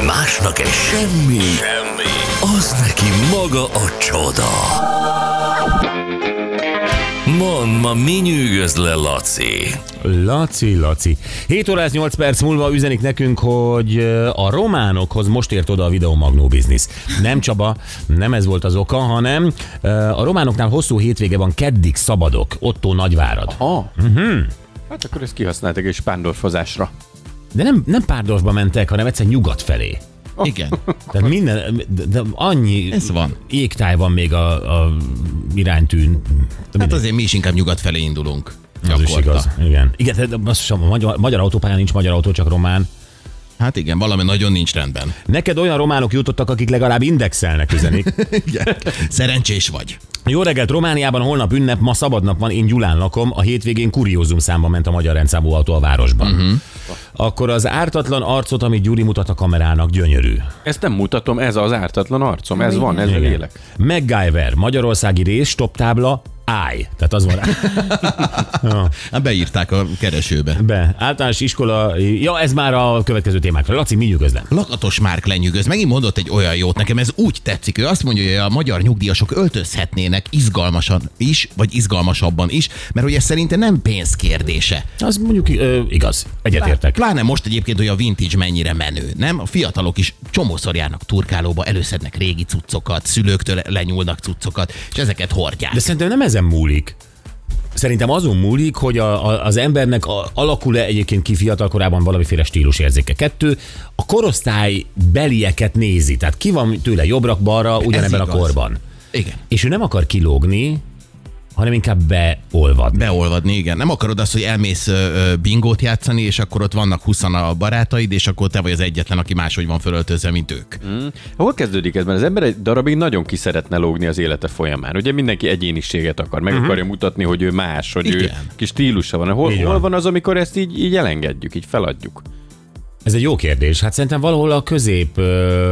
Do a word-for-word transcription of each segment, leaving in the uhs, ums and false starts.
Másnak egy semmi, semmi, az neki maga a csoda. Mondd, ma mi nyűgöz le, Laci? Laci, Laci. hét óra nyolc perc múlva üzenik nekünk, hogy a románokhoz most ért oda a videomagnó biznisz. Nem Csaba, nem ez volt az oka, hanem a románoknál hosszú hétvége van, keddig szabadok, Ottó Nagyvárad. Aha. Uh-huh. Hát akkor ezt kihasználtak egy spándorfozásra. De nem, nem Párdorfba mentek, hanem egyszer nyugat felé. Oh. Igen. Tehát minden, de, de annyi ez van. Égtáj van még a, a iránytűn. De hát azért mi is inkább nyugat felé indulunk. Az is igaz. Igen. Igen, de azt a magyar, magyar autópályán nincs magyar autó, csak román. Hát igen, valami nagyon nincs rendben. Neked olyan románok jutottak, akik legalább indexelnek, üzenik. Igen. Szerencsés vagy. Jó reggelt, Romániában holnap ünnep, ma szabadnap van, én Gyulán lakom, a hétvégén kuriózum számban ment a magyar rendszámú autó a városban. Uh-huh. Akkor az ártatlan arcot, amit Gyuri mutat a kamerának, gyönyörű. Ezt nem mutatom, ez az ártatlan arcom, ez van, ez élek. MacGyver, magyarországi rész, stoptábla, állj. Tehát az van rá. Ja. Beírták a keresőbe. Be. Általános iskola, ja, ez már a következő témákra. Laci, mi nyűgözlen? Lakatos Márk lenyűgöz. Megint mondott egy olyan jót, nekem ez úgy tetszik. Ő azt mondja, hogy a magyar nyugdíjasok öltözhetnének izgalmasan is, vagy izgalmasabban is, mert ugye szerintem nem pénz kérdése. Az mondjuk ö, igaz, egyetértek. Pláne most egyébként, hogy a vintage mennyire menő, nem? A fiatalok is csomószor járnak turkálóba, előszednek régi cuccokat, szülőktől lenyúlnak cuccokat, és ezeket hordják. De szerintem nem ezen múlik. Szerintem azon múlik, hogy a, a, az embernek a, alakul-e egyébként ki fiatal korában valamiféle stílusérzéke. Kettő, a korosztály belieket nézi, tehát ki van tőle jobbra-balra ugyanebben a korban. Igen. És ő nem akar kilógni, hanem inkább beolvadni. Beolvadni, igen. Nem akarod azt, hogy elmész bingót játszani, és akkor ott vannak huszan a barátaid, és akkor te vagy az egyetlen, aki máshogy van fölöltözve, mint ők. Mm. Hol kezdődik ez? Mert az ember egy darabig nagyon ki szeretne lógni az élete folyamán. Ugye mindenki egyéniséget akar, meg uh-huh. akarja mutatni, hogy ő más, hogy igen. ő kis stílusa van. Hol, hol van. van az, amikor ezt így, így elengedjük, így feladjuk? Ez egy jó kérdés. Hát szerintem valahol a közép... Ö...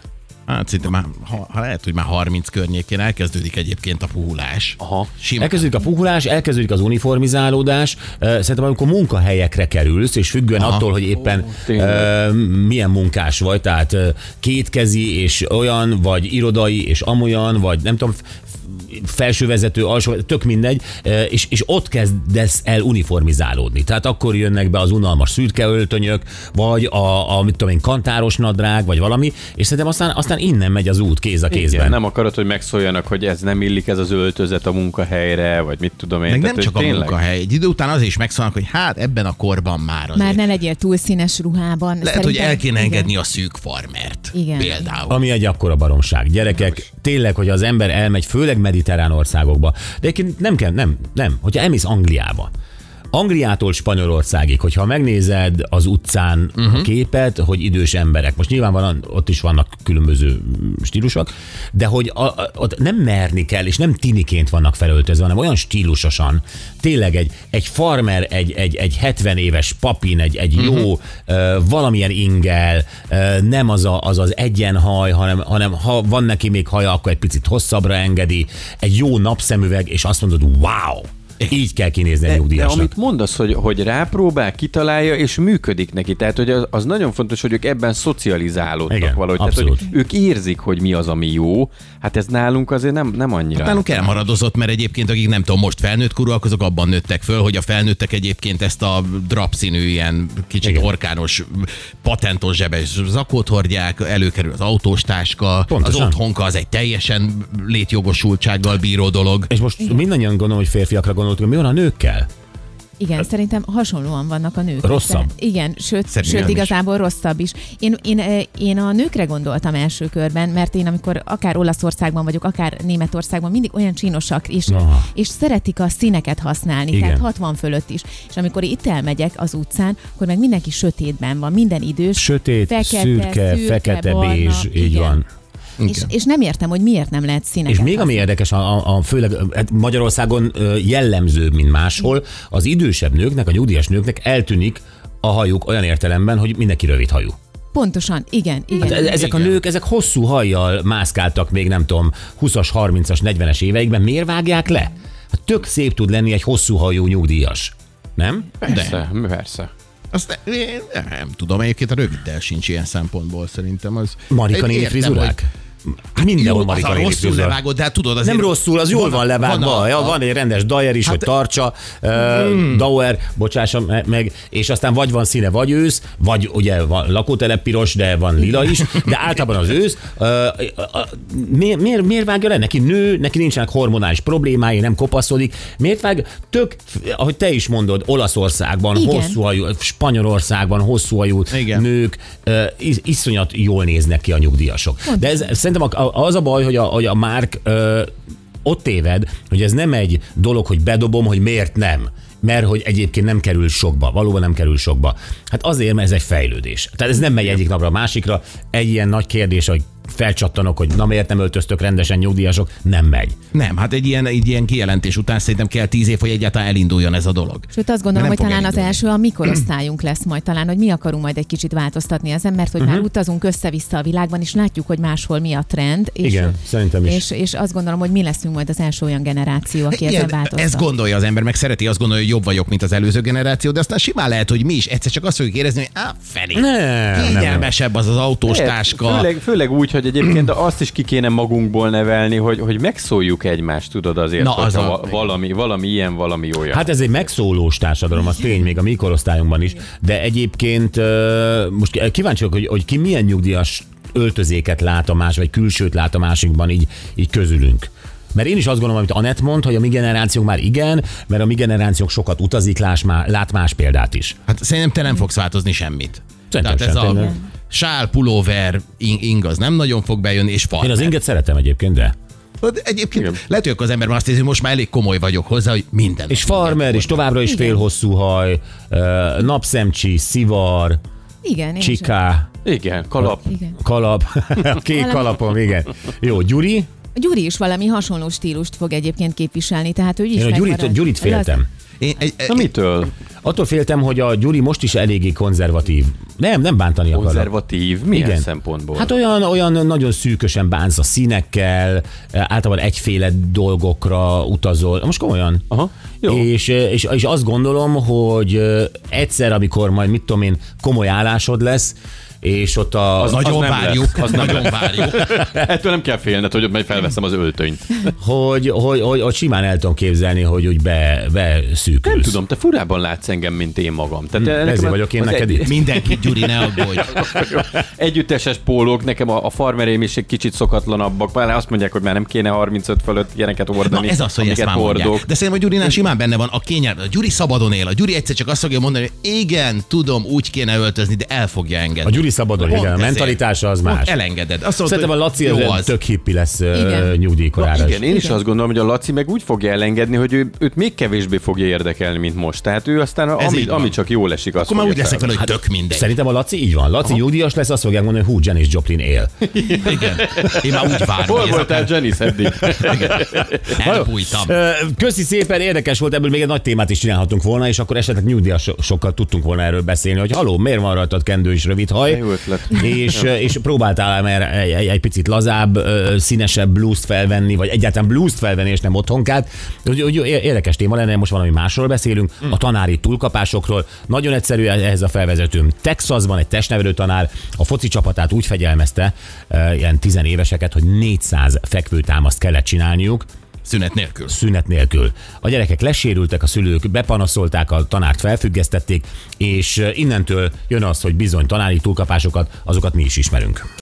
Hát szinte már, ha, ha lehet, hogy már harminc környékén elkezdődik egyébként a puhulás. Aha. Simán. Elkezdődik a puhulás, elkezdődik az uniformizálódás. Szerintem amikor munkahelyekre kerülsz, és függően Aha. attól, hogy éppen oh, uh, milyen munkás vagy, tehát uh, kétkezi és olyan, vagy irodai és amolyan, vagy nem tudom, felsővezető, alsó, tök mindegy, és, és ott kezdesz el uniformizálódni. Tehát akkor jönnek be az unalmas szürke öltönyök, vagy a, a mit tudom én, kantáros nadrág, vagy valami, és szerintem aztán, aztán innen megy az út kéz a kézben. Igen, nem akarod, hogy megszóljanak, hogy ez nem illik ez az öltözet a munkahelyre, vagy mit tudom én. Meg tehát, nem csak a tényleg? munkahely. Egy idő után az is megszólnak, hogy hát ebben a korban már azért. Már ne legyél túl színes ruhában. Lehet, szerintem, hogy el kéne engedni a szűk farmert. Igen. Például. Ami egy akkora baromság. Gyerekek, Most. tényleg, hogy az ember elmegy, főleg mediterrán országokba. De egyébként nem kell, nem, nem. Hogyha elmész Angliába, Angliától Spanyolországig, hogyha megnézed az utcán uh-huh. a képet, hogy idős emberek, most nyilvánvalóan ott is vannak különböző stílusok, de hogy a, a, ott nem merni kell, és nem tiniként vannak felöltözve, hanem olyan stílusosan, tényleg egy, egy farmer, egy, egy, egy hetven éves papin, egy, egy uh-huh. jó uh, valamilyen ingel, uh, nem az, a, az az egyenhaj, hanem, hanem ha van neki még haja, akkor egy picit hosszabbra engedi, egy jó napszemüveg, és azt mondod, wow! Így kell kinézni a nyugdíjasnak. De amit mondasz, hogy, hogy rápróbál, kitalálja, és működik neki. Tehát, hogy az, az nagyon fontos, hogy ők ebben szocializálódtak Igen, valahogy. Abszolút. Tehát, hogy ők érzik, hogy mi az, ami jó. Hát ez nálunk azért nem, nem annyira. Hát nálunk elmaradozott, mert egyébként, akik nem tudom, most felnőtt korúak, azok abban nőttek föl, hogy a felnőttek egyébként ezt a drapszínű, ilyen kicsit Igen. orkános, patentos zsebes zakót hordják, előkerül az autós táska, Pontosan. Az otthonka az egy teljesen létjogosultsággal bíró dolog. És most Igen. mindannyian gondolom, hogy férfiakra gondoltuk, mi van a nőkkel? Igen, hát, szerintem hasonlóan vannak a nők. Rosszabb? De, igen, sőt, sőt igazából is. rosszabb is. Én, én, én a nőkre gondoltam első körben, mert én amikor akár Olaszországban vagyok, akár Németországban, mindig olyan csínosak, és, és szeretik a színeket használni, igen. tehát hatvan fölött is. És amikor itt elmegyek az utcán, akkor meg mindenki sötétben van, minden idős. Sötét, fekete, szürke, szürke, fekete, barna, bézs, így igen. van. És, és nem értem, hogy miért nem lehet színeket. És még ami érdekes, a, a, a főleg Magyarországon jellemző, mint máshol, az idősebb nőknek, a nyugdíjas nőknek eltűnik a hajuk olyan értelemben, hogy mindenki rövid hajú. Pontosan, igen. igen. Hát ezek igen. a nők, ezek hosszú hajjal mászkáltak még nem tudom, huszas, harmincas, negyvenes éveikben. Miért vágják le? Hát tök szép tud lenni egy hosszú hajú nyugdíjas. Nem? Persze, De. persze. Azt ne, én nem tudom, egyébként a röviddel sincs ilyen szempontból szerintem. Az, Marika néni értem, frizurák? hogy- Mindenhol Jó, Marika az a néni rosszul frizura. levágott, de hát tudod azért... Nem rosszul, az jól van levágva. Van, a, ja, a, van egy rendes dajer is, Hát- hogy tartsa, uh, Dauer, bocsássam me- meg, és aztán vagy van színe, vagy ősz, vagy ugye van lakótelep piros, de van lila is, de általában az ősz. Uh, uh, miért, miért, miért vágja le? Neki nő, neki nincsenek hormonális problémái, nem kopaszodik. Miért vág? Tök, ahogy te is mondod, Olaszországban, Igen. hosszú hajú, Spanyolországban hosszú hajú Igen. nők uh, is, iszonyat jól néznek ki a nyugdíjasok. De ez, szerintem a- a- az a baj, hogy a, hogy a Márk ö, ott téved, hogy ez nem egy dolog, hogy bedobom, hogy miért nem. Mert hogy egyébként nem kerül sokba, valóban nem kerül sokba. Hát azért, mert ez egy fejlődés. Tehát ez nem megy egyik napra a másikra. Egy ilyen nagy kérdés, hogy felcsattanok, hogy na miért nem öltöztök rendesen nyugdíjasok, nem megy. Nem, hát egy ilyen, egy ilyen kijelentés után szerintem kell tíz év, hogy egyáltalán elinduljon ez a dolog. Sőt, azt gondolom, Nem hogy fog talán az elindulni. első a mi korosztályunk lesz majd talán, hogy mi akarunk majd egy kicsit változtatni ezen, mert hogy uh-huh. már utazunk össze-vissza a világban, és látjuk, hogy máshol mi a trend. És, Igen, szerintem is. És, és azt gondolom, hogy mi leszünk majd az első olyan generáció, aki ezen Igen, változtat. ezt gondolja az ember, meg szereti azt gondolja, hogy jobb vagyok, mint az előző generáció, de aztán simán lehet, hogy mi is egyszer csak azt fogjuk érezni, hogy á, Feri, Nem, kényelmesebb az az autós Lehet, táska. Főleg, főleg úgy, hogy egyébként azt is ki kéne magunkból nevelni, hogy, hogy megszóljuk egymást, tudod azért, Na, hogy az a- va- valami, valami ilyen, valami olyan. Hát ez egy megszólós társadalom, az tény, még a mi korosztályunkban is, de egyébként ö, most kíváncsi vagyok, hogy, hogy ki milyen nyugdíjas öltözéket lát a más, vagy külsőt lát a másikban így, így közülünk. Mert én is azt gondolom, amit Anett mond, hogy a mi generációnk már igen, mert a mi generációnk sokat utazik, lás, má- lát más példát is. Hát szerintem te nem fogsz változni semmit. Szerintem Tehát ez sem, a tényleg. sál, pulóver, ing, ing az nem nagyon fog bejönni, és farmer. Én az inget szeretem egyébként, de. De Egyébként Igen. lehet, hogy akkor az ember már azt érzi, hogy most már elég komoly vagyok hozzá, hogy minden. És farmer, és továbbra is Igen. félhosszú haj, ö, napszemcsi, szivar, Igen, én is- csiká, Igen, kalap. Igen. kalap, kék Valami- kalapom, igen. Jó, Gyuri? A Gyuri is valami hasonló stílust fog egyébként képviselni, tehát ő is Én a Gyurit, megmarad. Gyurit féltem. Én, egy, Na mitől? Attól féltem, hogy a Gyuri most is eléggé konzervatív. Nem, nem bántani akarok. Konzervatív? Milyen Igen. szempontból? Hát olyan, olyan nagyon szűkösen bánsz a színekkel, általában egyféle dolgokra utazol. Most komolyan. Aha, jó. És, és, és azt gondolom, hogy egyszer, amikor majd mit tudom én, komoly állásod lesz, és ott a... Az- nagyon nem várjuk, lesz, az nem nagyon lesz. várjuk. Ettől nem kell félned, hogy ott majd felveszem az öltönyt. hogy, hogy, hogy, hogy simán el tudom képzelni, hogy úgy be, beszűkülsz. Nem tudom, te furában látsz engem, mint én magam. Tehát hm, ezért vagyok én neked itt. Mindenki, Gyuri, ne aggódj. Együtteses pólók, nekem a, a farmereim is egy kicsit szokatlanabbak. Már azt mondják, hogy már nem kéne harmincöt fölött ilyeneket Na ordani. ez az, hogy ezt amiket már mondják. hordok. De szerintem a Gyurinál simán benne van a kényelem. A Gyuri szabadon él. A Gyuri egyszer csak azt fogja mondani, hogy igen, tudom, úgy kéne öltözni, de el fogja engedni. A Gyuri szabadon, Pont igen, a ezért. mentalitása az Pont más. elengeded. Azt mondod, Szerintem a hogy Laci jó az az. tök hippi lesz ö, Igen. nyugdíjkorára. Igen, én is Igen. azt gondolom, hogy a Laci meg úgy fogja elengedni, hogy ő, őt még kevésbé fogja érdekelni, mint most. Tehát ő aztán, Ez ami, így van. ami csak jól esik, azt Akkor már úgy fogja leszek fel. vele, hogy tök mindegy. Szerintem a Laci így van. Laci nyugdíjas lesz, azt fogják mondani, hogy hú, Janis Joplin él. Igen. Én már úgy várom. Hol hogy ez voltál, Janice, eddig? Elbújtam. Ö, Köszi szépen, érdekes volt, ebből még egy nagy témát is csinálhatunk volna, és akkor esetleg nyugdíjasokkal tudtunk volna erről beszélni, hogy haló, miért van rajtad kendő és rövid haj? Jó ötlet. És, és próbáltál már egy, egy, egy picit lazább, ö, színesebb blues-t felvenni, vagy egyáltalán blues-t felvenni, és nem otthonkát. Úgy, úgy, érdekes téma lenne, most valami másról beszélünk, a tanári túlkapásokról. Nagyon egyszerű ehhez a felvezetőm. Texasban egy testnevelő tanár a foci csapatát úgy fegyelmezte, ö, ilyen tizenéveseket, hogy négyszáz fekvőtámaszt kellett csinálniuk, Szünet nélkül. szünet nélkül. A gyerekek lesérültek, a szülők bepanaszolták, a tanárt felfüggesztették, és innentől jön az, hogy bizony tanári túlkapásokat, azokat mi is ismerünk.